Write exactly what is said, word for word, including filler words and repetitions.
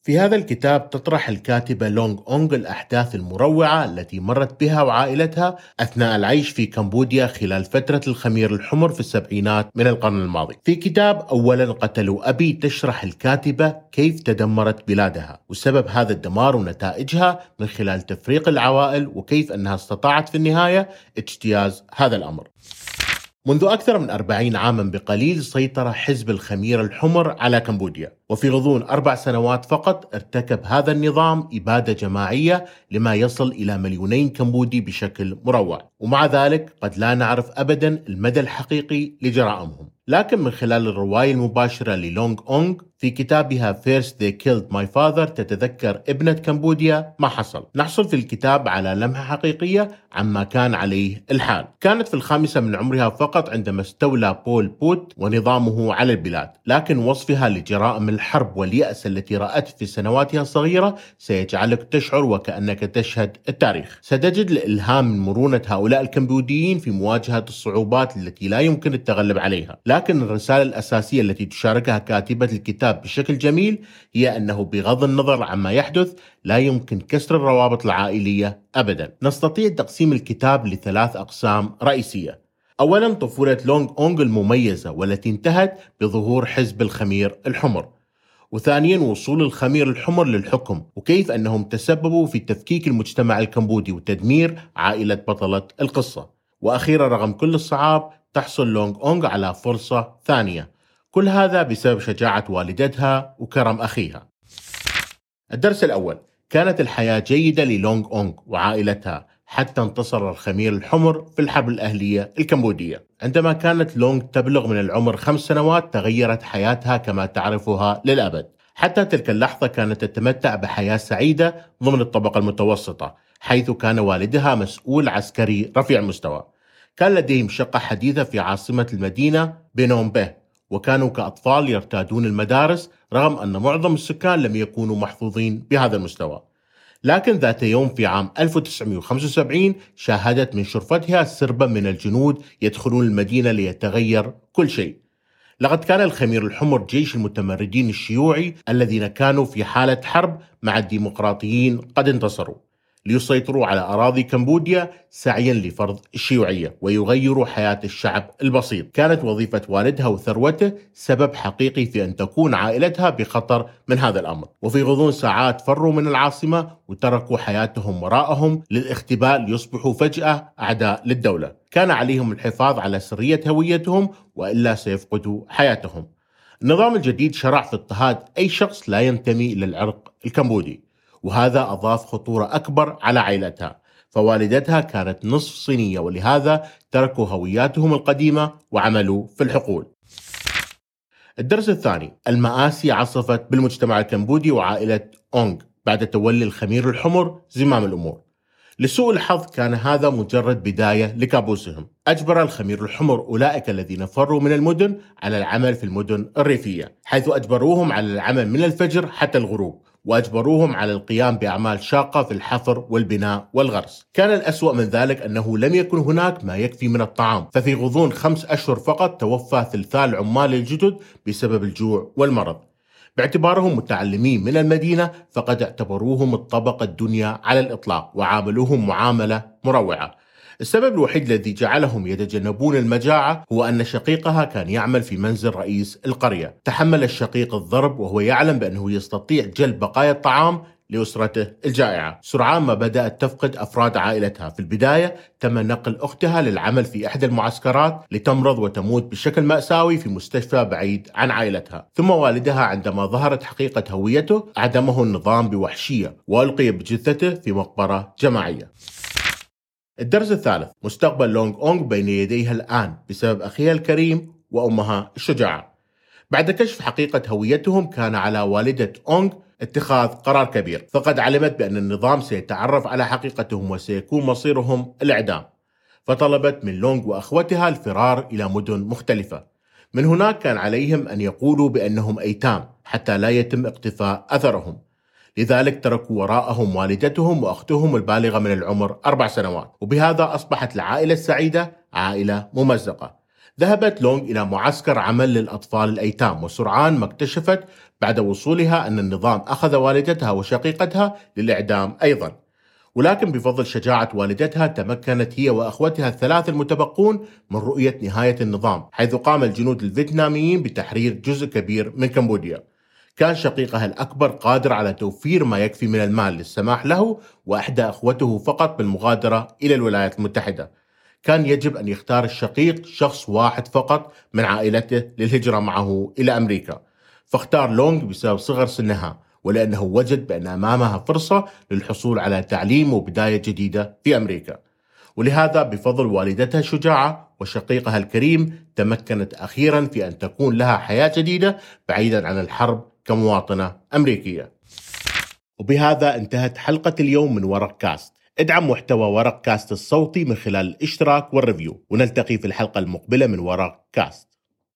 في هذا الكتاب تطرح الكاتبة لونغ أونغ الأحداث المروعة التي مرت بها وعائلتها أثناء العيش في كمبوديا خلال فترة الخمير الحمر في السبعينات من القرن الماضي. في كتاب أولا قتلوا أبي تشرح الكاتبة كيف تدمرت بلادها وسبب هذا الدمار ونتائجها من خلال تفريق العوائل وكيف أنها استطاعت في النهاية اجتياز هذا الأمر. منذ أكثر من أربعين عاما بقليل سيطر حزب الخمير الحمر على كمبوديا، وفي غضون أربع سنوات فقط ارتكب هذا النظام إبادة جماعية لما يصل إلى مليونين كمبودي بشكل مروع، ومع ذلك قد لا نعرف أبدا المدى الحقيقي لجرائمهم. لكن من خلال الرواية المباشرة للونغ أونغ في كتابها First They Killed My Father تتذكر ابنة كمبوديا ما حصل. نحصل في الكتاب على لمحة حقيقية عما كان عليه الحال. كانت في الخامسة من عمرها فقط عندما استولى بول بوت ونظامه على البلاد، لكن وصفها لجرائم الحرب واليأس التي رأته في سنواتها الصغيرة سيجعلك تشعر وكأنك تشهد التاريخ. ستجد الإلهام من مرونة هؤلاء الكمبوديين في مواجهة الصعوبات التي لا يمكن التغلب عليها. لكن الرسالة الأساسية التي تشاركها كاتبة الكتاب بشكل جميل هي أنه بغض النظر عما يحدث لا يمكن كسر الروابط العائلية أبدا. نستطيع تقسيم الكتاب لثلاث أقسام رئيسية. أولا طفولة لونغ أونغ المميزة والتي انتهت بظهور حزب الخمير الحمر، وثانيا وصول الخمير الحمر للحكم وكيف أنهم تسببوا في تفكيك المجتمع الكمبودي وتدمير عائلة بطلة القصة، وأخيرا رغم كل الصعاب تحصل لونغ أونغ على فرصة ثانية، كل هذا بسبب شجاعة والدتها وكرم أخيها. الدرس الأول: كانت الحياة جيدة للونغ أونغ وعائلتها حتى انتصر الخمير الحمر في الحرب الأهلية الكمبودية. عندما كانت لونغ تبلغ من العمر خمس سنوات تغيرت حياتها كما تعرفها للأبد. حتى تلك اللحظة كانت تتمتع بحياة سعيدة ضمن الطبقة المتوسطة، حيث كان والدها مسؤول عسكري رفيع المستوى. كان لديهم شقة حديثة في عاصمة المدينة بنوم بيه، وكانوا كأطفال يرتادون المدارس رغم أن معظم السكان لم يكونوا محظوظين بهذا المستوى. لكن ذات يوم في عام ألف وتسعمائة وخمسة وسبعين شاهدت من شرفتها سربا من الجنود يدخلون المدينة ليتغير كل شيء. لقد كان الخمير الحمر جيش المتمردين الشيوعي الذين كانوا في حالة حرب مع الديمقراطيين قد انتصروا ليسيطروا على أراضي كمبوديا سعيا لفرض الشيوعية ويغيروا حياة الشعب البسيط. كانت وظيفة والدها وثروته سبب حقيقي في أن تكون عائلتها بخطر من هذا الأمر، وفي غضون ساعات فروا من العاصمة وتركوا حياتهم وراءهم للاختباء ليصبحوا فجأة أعداء للدولة. كان عليهم الحفاظ على سرية هويتهم وإلا سيفقدوا حياتهم. النظام الجديد شرع في اضطهاد أي شخص لا ينتمي إلى العرق الكمبودي، وهذا أضاف خطورة أكبر على عائلتها، فوالدتها كانت نصف صينية ولهذا تركوا هوياتهم القديمة وعملوا في الحقول. الدرس الثاني: المآسي عصفت بالمجتمع الكمبودي وعائلة أونغ بعد تولي الخمير الحمر زمام الأمور. لسوء الحظ كان هذا مجرد بداية لكابوسهم. أجبر الخمير الحمر أولئك الذين فروا من المدن على العمل في المدن الريفية، حيث أجبروهم على العمل من الفجر حتى الغروب، وأجبروهم على القيام بأعمال شاقة في الحفر والبناء والغرس. كان الأسوأ من ذلك أنه لم يكن هناك ما يكفي من الطعام، ففي غضون خمس أشهر فقط توفى ثلثاء العمال الجدد بسبب الجوع والمرض. باعتبارهم متعلمين من المدينة فقد اعتبروهم الطبقة الدنيا على الإطلاق وعاملوهم معاملة مروعة. السبب الوحيد الذي جعلهم يتجنبون المجاعة هو أن شقيقها كان يعمل في منزل رئيس القرية. تحمل الشقيق الضرب وهو يعلم بأنه يستطيع جلب بقايا الطعام لأسرته الجائعة. سرعان ما بدأت تفقد أفراد عائلتها. في البداية تم نقل أختها للعمل في إحدى المعسكرات لتمرض وتموت بشكل مأساوي في مستشفى بعيد عن عائلتها. ثم والدها عندما ظهرت حقيقة هويته أعدمه النظام بوحشية وألقي بجثته في مقبرة جماعية. الدرس الثالث: مستقبل لونغ أونغ بين يديها الآن بسبب أخيها الكريم وأمها الشجاعة. بعد كشف حقيقة هويتهم كان على والدة أونغ اتخاذ قرار كبير، فقد علمت بأن النظام سيتعرف على حقيقتهم وسيكون مصيرهم الإعدام، فطلبت من لونغ وأخوتها الفرار إلى مدن مختلفة. من هناك كان عليهم أن يقولوا بأنهم أيتام حتى لا يتم اقتفاء أثرهم، لذلك تركوا وراءهم والدتهم وأختهم البالغة من العمر أربع سنوات، وبهذا أصبحت العائلة السعيدة عائلة ممزقة. ذهبت لونغ إلى معسكر عمل للأطفال الأيتام، وسرعان ما اكتشفت بعد وصولها أن النظام أخذ والدتها وشقيقتها للإعدام أيضا. ولكن بفضل شجاعة والدتها تمكنت هي وأخوتها الثلاث المتبقون من رؤية نهاية النظام، حيث قام الجنود الفيتناميين بتحرير جزء كبير من كمبوديا. كان شقيقها الأكبر قادر على توفير ما يكفي من المال للسماح له وإحدى أخوته فقط بالمغادرة إلى الولايات المتحدة. كان يجب أن يختار الشقيق شخص واحد فقط من عائلته للهجرة معه إلى أمريكا، فاختار لونغ بسبب صغر سنها، ولأنه وجد بأن أمامها فرصة للحصول على تعليم وبداية جديدة في أمريكا. ولهذا بفضل والدتها الشجاعة وشقيقها الكريم تمكنت أخيرا في أن تكون لها حياة جديدة بعيدا عن الحرب كمواطنة أمريكية. وبهذا انتهت حلقة اليوم من ورق كاست. ادعم محتوى ورق كاست الصوتي من خلال الاشتراك والريفيو، ونلتقي في الحلقة المقبلة من ورق كاست.